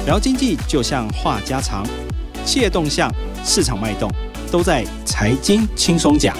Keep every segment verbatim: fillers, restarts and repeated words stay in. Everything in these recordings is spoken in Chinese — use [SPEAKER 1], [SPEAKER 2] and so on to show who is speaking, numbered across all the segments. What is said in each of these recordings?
[SPEAKER 1] 聊经济就像话家常，企业动向、市场脉动，都在财经轻松讲。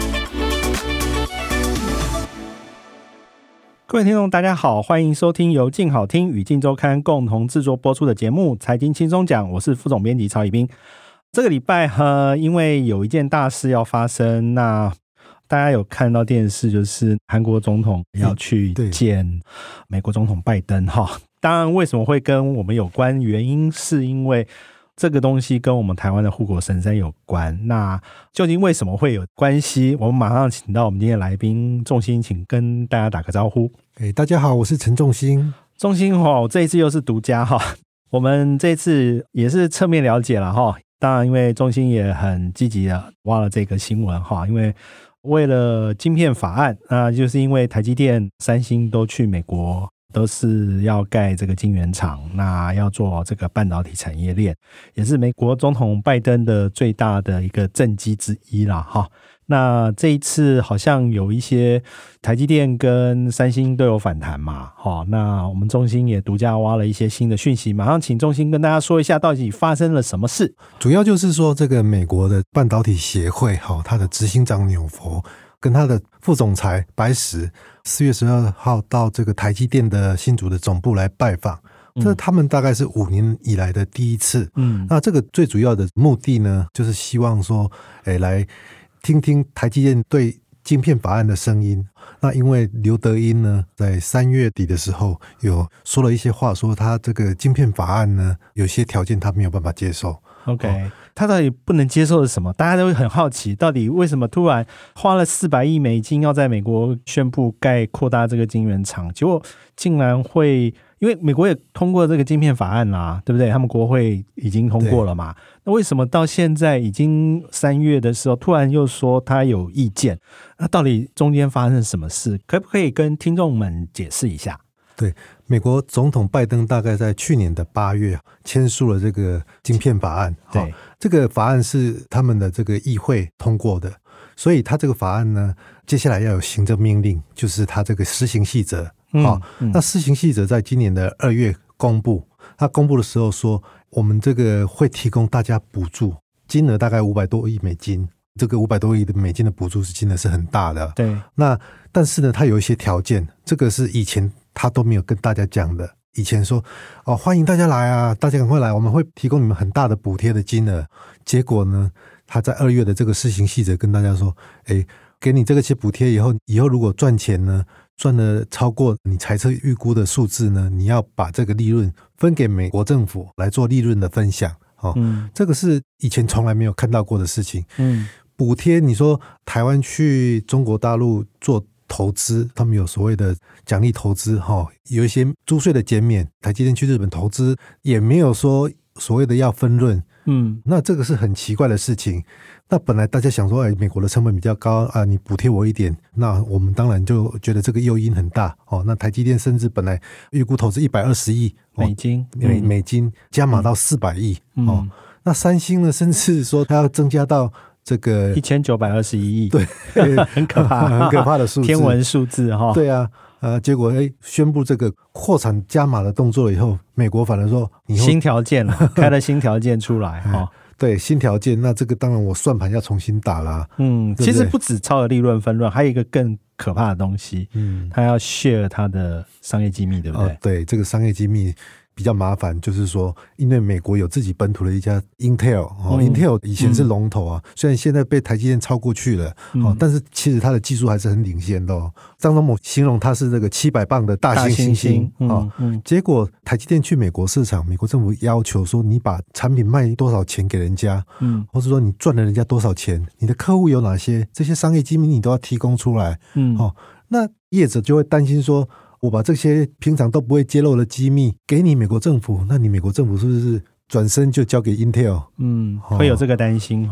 [SPEAKER 1] 各位听众大家好，欢迎收听由静好听与静周刊共同制作播出的节目财经轻松讲，我是副总编辑曹以彬。这个礼拜呃，因为有一件大事要发生，那大家有看到电视，就是韩国总统要去见美国总统拜登哈。当然为什么会跟我们有关，原因是因为这个东西跟我们台湾的护国神山有关。那究竟为什么会有关系，我们马上请到我们今天的来宾仲兴，请跟大家打个招呼。
[SPEAKER 2] 欸、大家好，我是陈仲兴。
[SPEAKER 1] 仲兴齁，这一次又是独家哈，我们这次也是侧面了解了哈。当然因为仲兴也很积极的挖了这个新闻哈，因为为了晶片法案，那就是因为台积电、三星都去美国，都是要盖这个晶圆厂，那要做这个半导体产业链，也是美国总统拜登的最大的一个政绩之一啦哈。那这一次好像有一些台积电跟三星都有反弹嘛，齁，那我们仲兴也独家挖了一些新的讯息，马上请仲兴跟大家说一下到底发生了什么事。
[SPEAKER 2] 主要就是说这个美国的半导体协会，他的执行长纽佛跟他的副总裁白石四月十二号到这个台积电的新竹的总部来拜访，这他们大概是五年以来的第一次。嗯，那这个最主要的目的呢，就是希望说，哎，来听听台积电对晶片法案的声音。那因为刘德音呢，在三月底的时候有说了一些话，说他这个晶片法案呢，有些条件他没有办法接受。
[SPEAKER 1] OK，哦，他到底不能接受的是什么？大家都会很好奇，到底为什么突然花了四百亿美金要在美国宣布盖扩大这个晶圆厂，结果竟然会，因为美国也通过这个晶片法案啦，对不对？他们国会已经通过了嘛，那为什么到现在已经三月的时候，突然又说他有意见？那到底中间发生什么事？可不可以跟听众们解释一下？
[SPEAKER 2] 对，美国总统拜登大概在去年的八月签署了这个晶片法案。对，这个法案是他们的这个议会通过的，所以他这个法案呢，接下来要有行政命令，就是他这个施行细则。嗯嗯，那施行细则在今年的二月公布，他公布的时候说，我们这个会提供大家补助，金额大概五百多亿美金。这个五百多亿的美金的补助是金额是很大的。对，那但是呢，它有一些条件，这个是以前他都没有跟大家讲的。以前说哦，欢迎大家来啊，大家赶快来，我们会提供你们很大的补贴的金额。结果呢，他在二月的这个施行细则跟大家说，哎，给你这个些补贴以后，以后如果赚钱呢，赚了超过你财测预估的数字呢，你要把这个利润分给美国政府来做利润的分享。哦，嗯，这个是以前从来没有看到过的事情。嗯，补贴，你说台湾去中国大陆做投资，他们有所谓的奖励投资，有一些租税的减免，台积电去日本投资也没有说所谓的要分润。嗯，那这个是很奇怪的事情。那本来大家想说，哎，美国的成本比较高啊，你补贴我一点，那我们当然就觉得这个诱因很大哦。那台积电甚至本来预估投资一百二十亿
[SPEAKER 1] 美金，
[SPEAKER 2] 美美金加码到四百亿哦。那三星呢，甚至说它要增加到这个
[SPEAKER 1] 一千九百二十一亿，
[SPEAKER 2] 对，
[SPEAKER 1] 很可怕，
[SPEAKER 2] 很可怕的数字，
[SPEAKER 1] 天文数字哈。
[SPEAKER 2] 对啊，呃，结果哎，宣布这个扩产加码的动作以后，美国反而说
[SPEAKER 1] 新条件了，开了新条件出来哈。
[SPEAKER 2] 对，新条件，那这个当然我算盘要重新打啦。
[SPEAKER 1] 嗯，其实不止超额利润分润，还有一个更可怕的东西，嗯，他要 share 他的商业机密，对不对？
[SPEAKER 2] 哦，对，这个商业机密比较麻烦，就是说，因为美国有自己本土的一家 Intel，哦嗯、Intel 以前是龙头啊，嗯、虽然现在被台积电超过去了，嗯哦、但是其实它的技术还是很领先的哦。张忠谋形容它是这个七百磅的大猩猩猩，嗯哦嗯、结果台积电去美国市场，美国政府要求说，你把产品卖多少钱给人家，嗯，或者说你赚了人家多少钱，你的客户有哪些，这些商业机密你都要提供出来，嗯，哦，那业者就会担心说，我把这些平常都不会揭露的机密给你美国政府，那你美国政府是不是转身就交给 Intel？
[SPEAKER 1] 嗯，会有这个担心哈。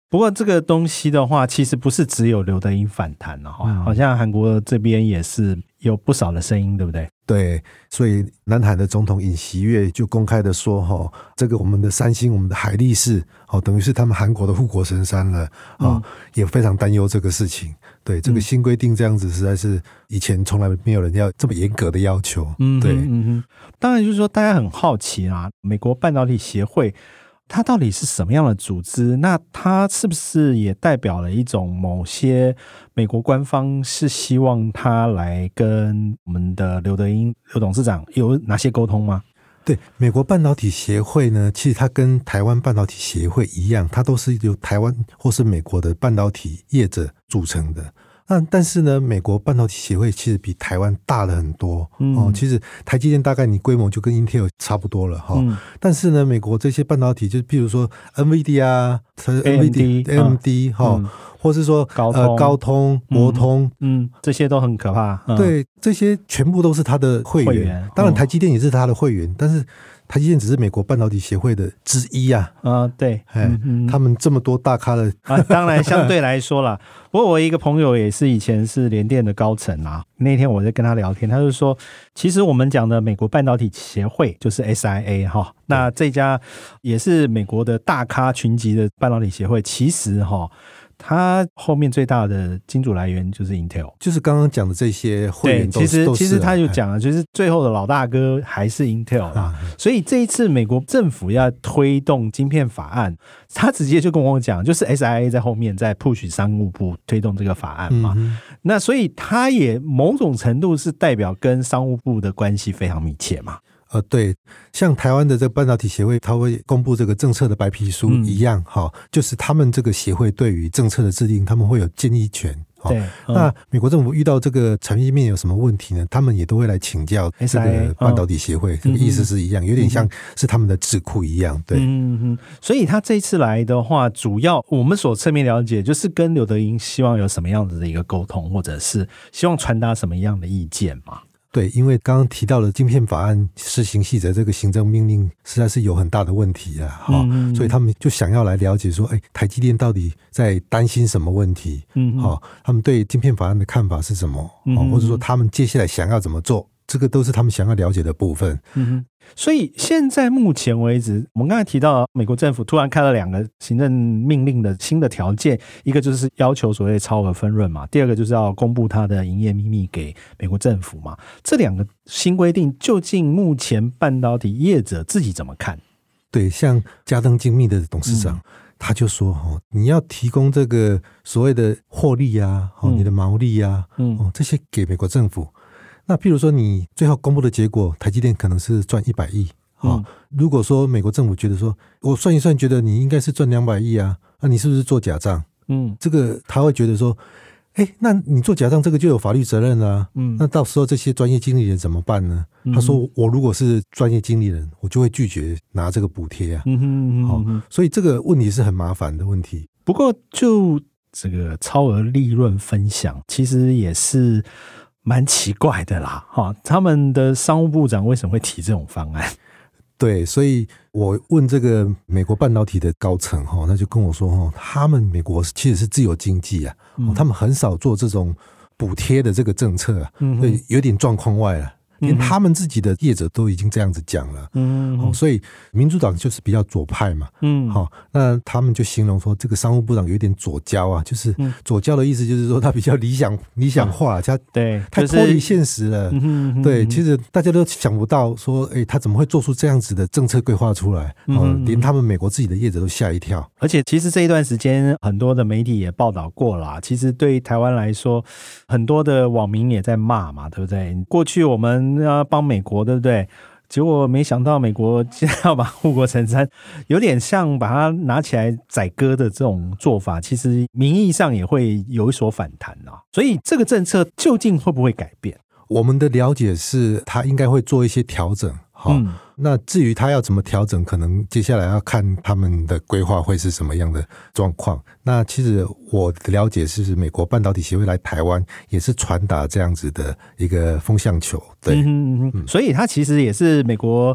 [SPEAKER 1] 不过这个东西的话，其实不是只有刘德英反弹了、嗯、好像韩国这边也是有不少的声音，对不对？
[SPEAKER 2] 对，所以南韩的总统尹锡悦就公开的说、哦、这个我们的三星，我们的海力士、哦、等于是他们韩国的护国神山了、哦嗯、也非常担忧这个事情。对，这个新规定这样子实在是以前从来没有人要这么严格的要求。
[SPEAKER 1] 嗯，
[SPEAKER 2] 对，
[SPEAKER 1] 嗯哼，当然就是说大家很好奇啦，美国半导体协会它到底是什么样的组织？那它是不是也代表了一种某些美国官方是希望它来跟我们的刘德英刘董事长有哪些沟通吗？
[SPEAKER 2] 对，美国半导体协会呢，其实它跟台湾半导体协会一样，它都是由台湾或是美国的半导体业者组成的。那但是呢，美国半导体协会其实比台湾大了很多、嗯哦、其实台积电大概你规模就跟 Intel 差不多了、哦嗯、但是呢，美国这些半导体就比如说 NVIDIA 啊
[SPEAKER 1] A M D
[SPEAKER 2] A M D、哦嗯、或是说
[SPEAKER 1] 高通、
[SPEAKER 2] 呃、高通博通、
[SPEAKER 1] 嗯嗯、这些都很可怕、
[SPEAKER 2] 嗯、对，这些全部都是他的会员, 会员当然台积电也是他的会员、嗯、但是台积电只是美国半导体协会的之一啊，
[SPEAKER 1] 啊、呃，对，
[SPEAKER 2] 嗯嗯，他们这么多大咖的
[SPEAKER 1] 啊，当然相对来说啦。不过我一个朋友也是以前是联电的高层啊，那天我在跟他聊天，他就说，其实我们讲的美国半导体协会就是 S I A 哈，那这家也是美国的大咖群集的半导体协会，其实哈。它后面最大的金主来源就是 Intel，
[SPEAKER 2] 就是刚刚讲的这些会员都是。
[SPEAKER 1] 其实其实他就讲了，就是最后的老大哥还是 Intel 啦、嗯。所以这一次美国政府要推动晶片法案，他直接就跟我讲，就是 S I A 在后面在 push 商务部推动这个法案嘛。嗯、那所以他也某种程度是代表跟商务部的关系非常密切嘛。
[SPEAKER 2] 呃，对，像台湾的这个半导体协会，它会公布这个政策的白皮书一样，哈、嗯，就是他们这个协会对于政策的制定，他们会有建议权。
[SPEAKER 1] 对、嗯，
[SPEAKER 2] 那美国政府遇到这个产业面有什么问题呢？他们也都会来请教这个半导体协会， S I A, 这个意思是一样，嗯、有点像是他们的智库一样。对，
[SPEAKER 1] 嗯嗯，所以他这一次来的话，主要我们所侧面了解，就是跟刘德英希望有什么样子的一个沟通，或者是希望传达什么样的意见嘛？
[SPEAKER 2] 对，因为刚刚提到的晶片法案施行细则这个行政命令实在是有很大的问题啊、哦嗯、所以他们就想要来了解说，哎，台积电到底在担心什么问题、嗯哦、他们对晶片法案的看法是什么、嗯哦、或者说他们接下来想要怎么做，这个都是他们想要了解的部分。
[SPEAKER 1] 嗯，所以现在目前为止，我们刚才提到美国政府突然开了两个行政命令的新的条件，一个就是要求所谓超额分润嘛，第二个就是要公布它的营业秘密给美国政府嘛。这两个新规定究竟目前半导体业者自己怎么看？
[SPEAKER 2] 对，像嘉登精密的董事长、嗯、他就说、哦、你要提供这个所谓的获利啊、哦、你的毛利啊、嗯哦、这些给美国政府。那譬如说你最后公布的结果，台积电可能是赚一百亿、哦嗯、如果说美国政府觉得说我算一算觉得你应该是赚两百亿啊，那你是不是做假账？嗯，这个他会觉得说，哎，那你做假账这个就有法律责任啊。嗯，那到时候这些专业经理人怎么办呢？嗯、他说我如果是专业经理人，我就会拒绝拿这个补贴啊。嗯哼嗯哼嗯哼、哦、所以这个问题是很麻烦的问题。
[SPEAKER 1] 不过就这个超额利润分享其实也是蛮奇怪的啦，他们的商务部长为什么会提这种方案？
[SPEAKER 2] 对，所以我问这个美国半导体的高层，他就跟我说，他们美国其实是自由经济啊，嗯、他们很少做这种补贴的这个政策啊，所以有点状况外了。连他们自己的业者都已经这样子讲了，嗯、哦，所以民主党就是比较左派嘛，嗯，好、哦，那他们就形容说这个商务部长有点左交啊，就是左交的意思就是说他比较理想理想化，他
[SPEAKER 1] 对
[SPEAKER 2] 太脱离现实了，嗯、对，其实大家都想不到说，哎，他怎么会做出这样子的政策规划出来？哦，嗯、连他们美国自己的业者都吓一跳。
[SPEAKER 1] 而且其实这一段时间很多的媒体也报道过啦，其实对台湾来说，很多的网民也在骂嘛，对不对？过去我们要帮美国，对不对？结果没想到美国竟然要把护国神山有点像把它拿起来宰割的这种做法，其实名义上也会有所反弹啊。所以这个政策究竟会不会改变？
[SPEAKER 2] 我们的了解是他应该会做一些调整，嗯，那至于他要怎么调整，可能接下来要看他们的规划会是什么样的状况。那其实我的了解是美国半导体协会来台湾也是传达这样子的一个风向球，对，
[SPEAKER 1] 嗯嗯嗯，所以他其实也是美国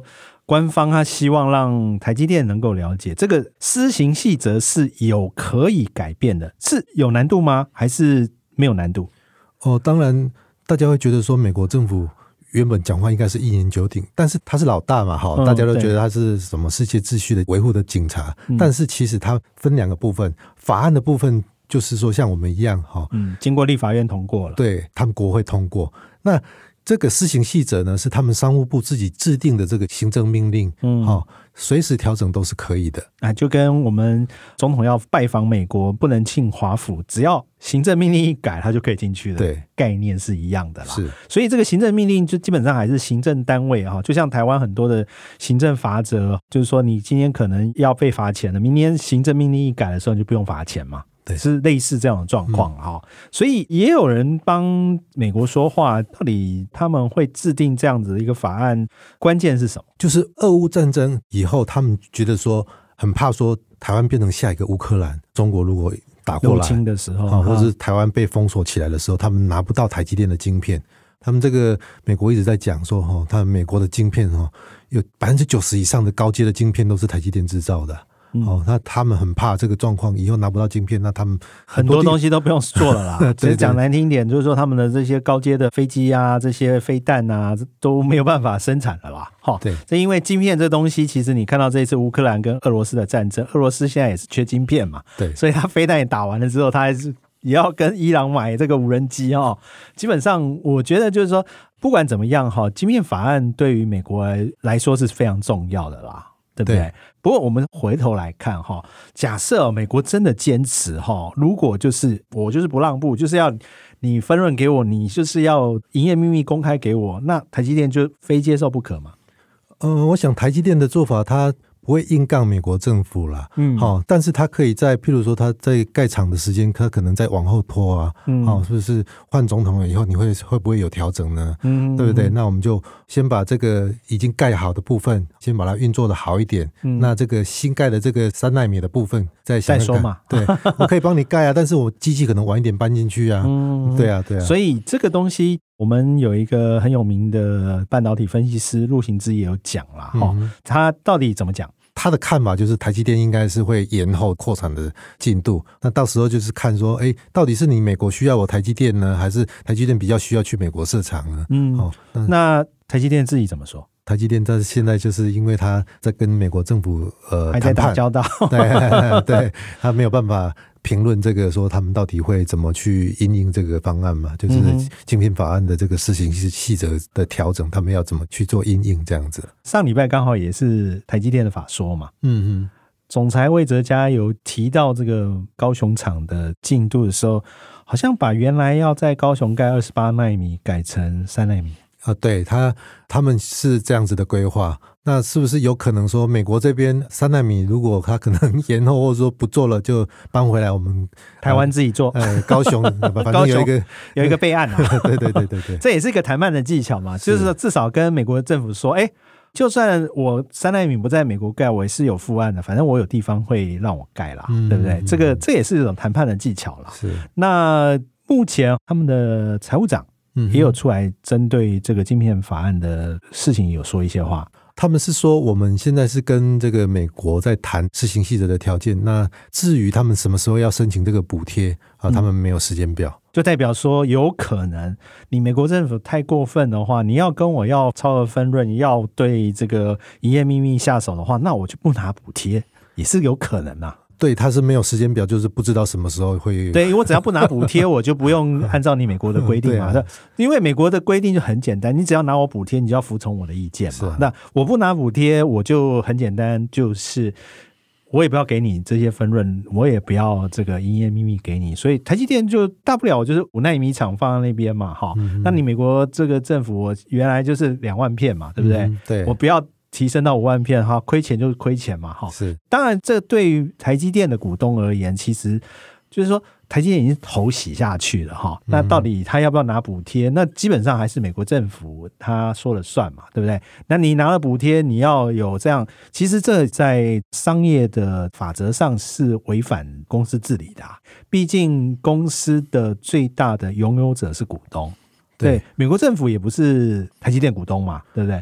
[SPEAKER 1] 官方他希望让台积电能够了解这个施行细则是有可以改变的，是有难度吗？还是没有难度？
[SPEAKER 2] 哦，当然大家会觉得说美国政府原本讲话应该是一言九鼎，但是他是老大嘛，嗯、大家都觉得他是什么世界秩序的维护的警察、嗯、但是其实他分两个部分，法案的部分就是说像我们一样、
[SPEAKER 1] 嗯、经过立法院通过了，
[SPEAKER 2] 对，他们国会通过，那这个施行细则呢是他们商务部自己制定的这个行政命令，嗯，哦，随时调整都是可以的
[SPEAKER 1] 啊，就跟我们总统要拜访美国不能进华府，只要行政命令一改他就可以进去的，对，概念是一样的啦。
[SPEAKER 2] 是，
[SPEAKER 1] 所以这个行政命令就基本上还是行政单位啊，就像台湾很多的行政罚则，就是说你今天可能要被罚钱了，明天行政命令一改的时候你就不用罚钱嘛。对，是类似这种状况、嗯哦、所以也有人帮美国说话，到底他们会制定这样子的一个法案，关键是什么？
[SPEAKER 2] 就是俄乌战争以后，他们觉得说很怕说台湾变成下一个乌克兰，中国如果打过来
[SPEAKER 1] 入侵的时候、
[SPEAKER 2] 哦、或者是台湾被封锁起来的时候，他们拿不到台积电的晶片。他们这个美国一直在讲说、哦、他们美国的晶片、哦、有 百分之九十 以上的高阶的晶片都是台积电制造的。哦，那他们很怕这个状况，以后拿不到晶片，那他们
[SPEAKER 1] 很, 很多东西都不用做了啦。只是讲难听一点，就是说他们的这些高阶的飞机啊，这些飞弹啊，都没有办法生产了啦。哈，对，这因为晶片这东西，其实你看到这一次乌克兰跟俄罗斯的战争，俄罗斯现在也是缺晶片嘛，对，所以他飞弹也打完了之后，他还是也要跟伊朗买这个无人机哈。基本上，我觉得就是说，不管怎么样哈，晶片法案对于美国来说是非常重要的啦。对不对？对，不过我们回头来看哈，假设美国真的坚持哈，如果就是我就是不让步，就是要你分润给我，你就是要营业秘密公开给我，那台积电就非接受不可嘛？
[SPEAKER 2] 呃，我想台积电的做法，它不会硬杠美国政府啦，嗯，好、哦，但是他可以在，譬如说他在盖厂的时间，他可能再往后拖啊，嗯，好、哦，是不是换总统了以后，你会会不会有调整呢？嗯，对不对？那我们就先把这个已经盖好的部分，先把它运作的好一点，嗯，那这个新盖的这个三奈米的部分再想想看，再说嘛，对，我可以帮你盖啊，但是我机器可能晚一点搬进去啊，嗯，对啊，对啊，
[SPEAKER 1] 所以这个东西。我们有一个很有名的半导体分析师陆行之也有讲啦、嗯、他到底怎么讲？
[SPEAKER 2] 他的看法就是台积电应该是会延后扩产的进度，那到时候就是看说，哎，到底是你美国需要我台积电呢，还是台积电比较需要去美国设厂呢？
[SPEAKER 1] 嗯，哦，那, 那台积电自己怎么说？
[SPEAKER 2] 台积电在现在就是因为他在跟美国政府呃
[SPEAKER 1] 还在打交道，
[SPEAKER 2] 对对，他没有办法评论这个说他们到底会怎么去因应这个方案嘛，就是晶片法案的这个施行细则的调整，他们要怎么去做因应这样子。
[SPEAKER 1] 上礼拜刚好也是台积电的法说嘛，嗯嗯，总裁魏哲嘉有提到这个高雄厂的进度的时候，好像把原来要在高雄盖二十八奈米改成三奈米。
[SPEAKER 2] 啊，对，他他们是这样子的规划，那是不是有可能说美国这边三奈米如果他可能延后或者说不做了，就搬回来我们
[SPEAKER 1] 台湾自己做？
[SPEAKER 2] 呃，高雄反正有一个
[SPEAKER 1] 有一个备案啊，
[SPEAKER 2] 对对对对对，
[SPEAKER 1] 这也是一个谈判的技巧嘛，就是说至少跟美国政府说，哎，就算我三奈米不在美国盖，我也是有副案的，反正我有地方会让我盖啦，嗯、对不对？这个这也是一种谈判的技巧啦。是，那目前他们的财务长。也有出来针对这个晶片法案的事情有说一些话。
[SPEAKER 2] 他们是说我们现在是跟这个美国在谈施行细则的条件，那至于他们什么时候要申请这个补贴啊，他们没有时间表、嗯、
[SPEAKER 1] 就代表说有可能你美国政府太过分的话，你要跟我要超额分润，要对这个营业秘密下手的话，那我就不拿补贴，也是有可能啊。
[SPEAKER 2] 对，他是没有时间表，就是不知道什么时候会。
[SPEAKER 1] 对，我只要不拿补贴，我就不用按照你美国的规定嘛。啊、因为美国的规定就很简单，你只要拿我补贴，你就要服从我的意见嘛。啊、那我不拿补贴，我就很简单，就是我也不要给你这些分润，我也不要这个营业秘密给你，所以台积电就大不了我就是五奈米厂放在那边嘛，哈、嗯。那你美国这个政府，我原来就是两万片嘛，对不对？嗯、对，我不要。提升到五万片哈，亏钱就是亏钱嘛哈。是，当然这对于台积电的股东而言，其实就是说台积电已经头洗下去了哈。那到底他要不要拿补贴？那基本上还是美国政府他说了算嘛，对不对？那你拿了补贴，你要有这样，其实这在商业的法则上是违反公司治理的、啊。毕竟公司的最大的拥有者是股东，对，对美国政府也不是台积电股东嘛，对不对？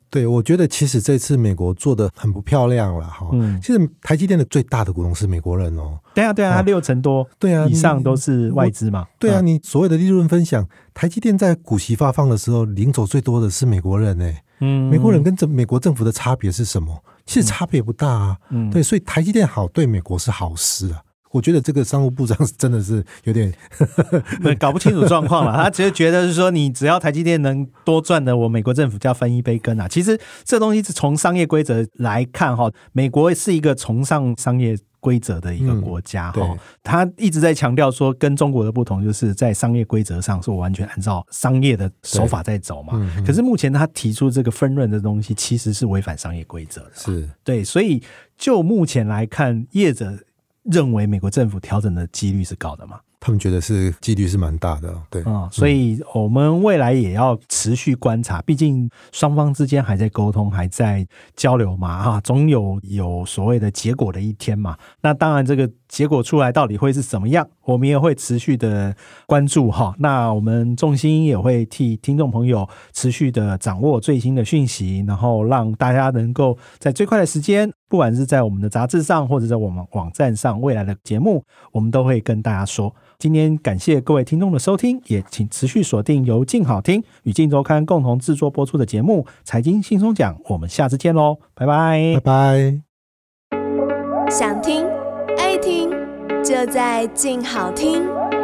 [SPEAKER 2] 对，我觉得其实这次美国做的很不漂亮了哈。嗯，其实台积电的最大的股东是美国人哦。
[SPEAKER 1] 对啊，对啊，它六成多，对啊，以上都是外资嘛。
[SPEAKER 2] 对啊，你所谓的利润分享，台积电在股息发放的时候，领走最多的是美国人哎。嗯，美国人跟政美国政府的差别是什么？其实差别不大啊。嗯，对，所以台积电好对美国是好事啊。我觉得这个商务部长真的是有点
[SPEAKER 1] 搞不清楚状况了，他只是觉得是说，你只要台积电能多赚的，我美国政府就要分一杯羹啊。其实这东西是从商业规则来看哈，美国是一个崇尚商业规则的一个国家哈、嗯，他一直在强调说，跟中国的不同就是在商业规则上是我完全按照商业的手法在走嘛。嗯、可是目前他提出这个分润的东西，其实是违反商业规则的。
[SPEAKER 2] 是，
[SPEAKER 1] 对，所以就目前来看，业者认为美国政府调整的几率是高的嘛？
[SPEAKER 2] 他们觉得是几率是蛮大的，对、
[SPEAKER 1] 嗯、所以我们未来也要持续观察，毕竟双方之间还在沟通，还在交流嘛，啊，总有有所谓的结果的一天嘛。那当然，这个结果出来到底会是怎么样，我们也会持续的关注哈。那我们众心也会替听众朋友持续的掌握最新的讯息，然后让大家能够在最快的时间，不管是在我们的杂志上，或者在我们网站上，未来的节目我们都会跟大家说。今天感谢各位听众的收听，也请持续锁定由静好听与静周刊共同制作播出的节目《财经轻松讲》，我们下次见喽，拜拜，
[SPEAKER 2] 拜拜。
[SPEAKER 3] 想听爱听，就在静好听。